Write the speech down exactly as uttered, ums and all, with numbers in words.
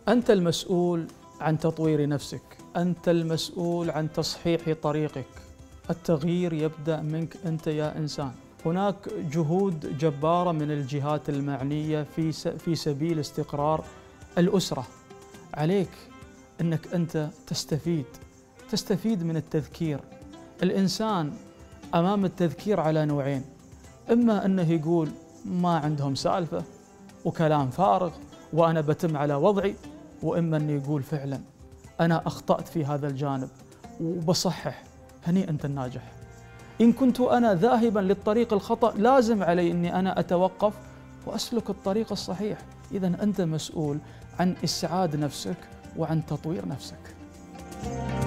أنت المسؤول عن تطوير نفسك، أنت المسؤول عن تصحيح طريقك. التغيير يبدأ منك أنت يا إنسان. هناك جهود جبارة من الجهات المعنية في في سبيل استقرار الأسرة. عليك أنك أنت تستفيد تستفيد من التذكير. الإنسان أمام التذكير على نوعين، إما أنه يقول ما عندهم سالفة وكلام فارغ وأنا بتم على وضعي، وإما أنه يقول فعلا أنا أخطأت في هذا الجانب وبصحح. هني أنت الناجح. إن كنت أنا ذاهبا للطريق الخطأ لازم علي أني أنا أتوقف وأسلك الطريق الصحيح. إذن أنت مسؤول عن إسعاد نفسك وعن تطوير نفسك.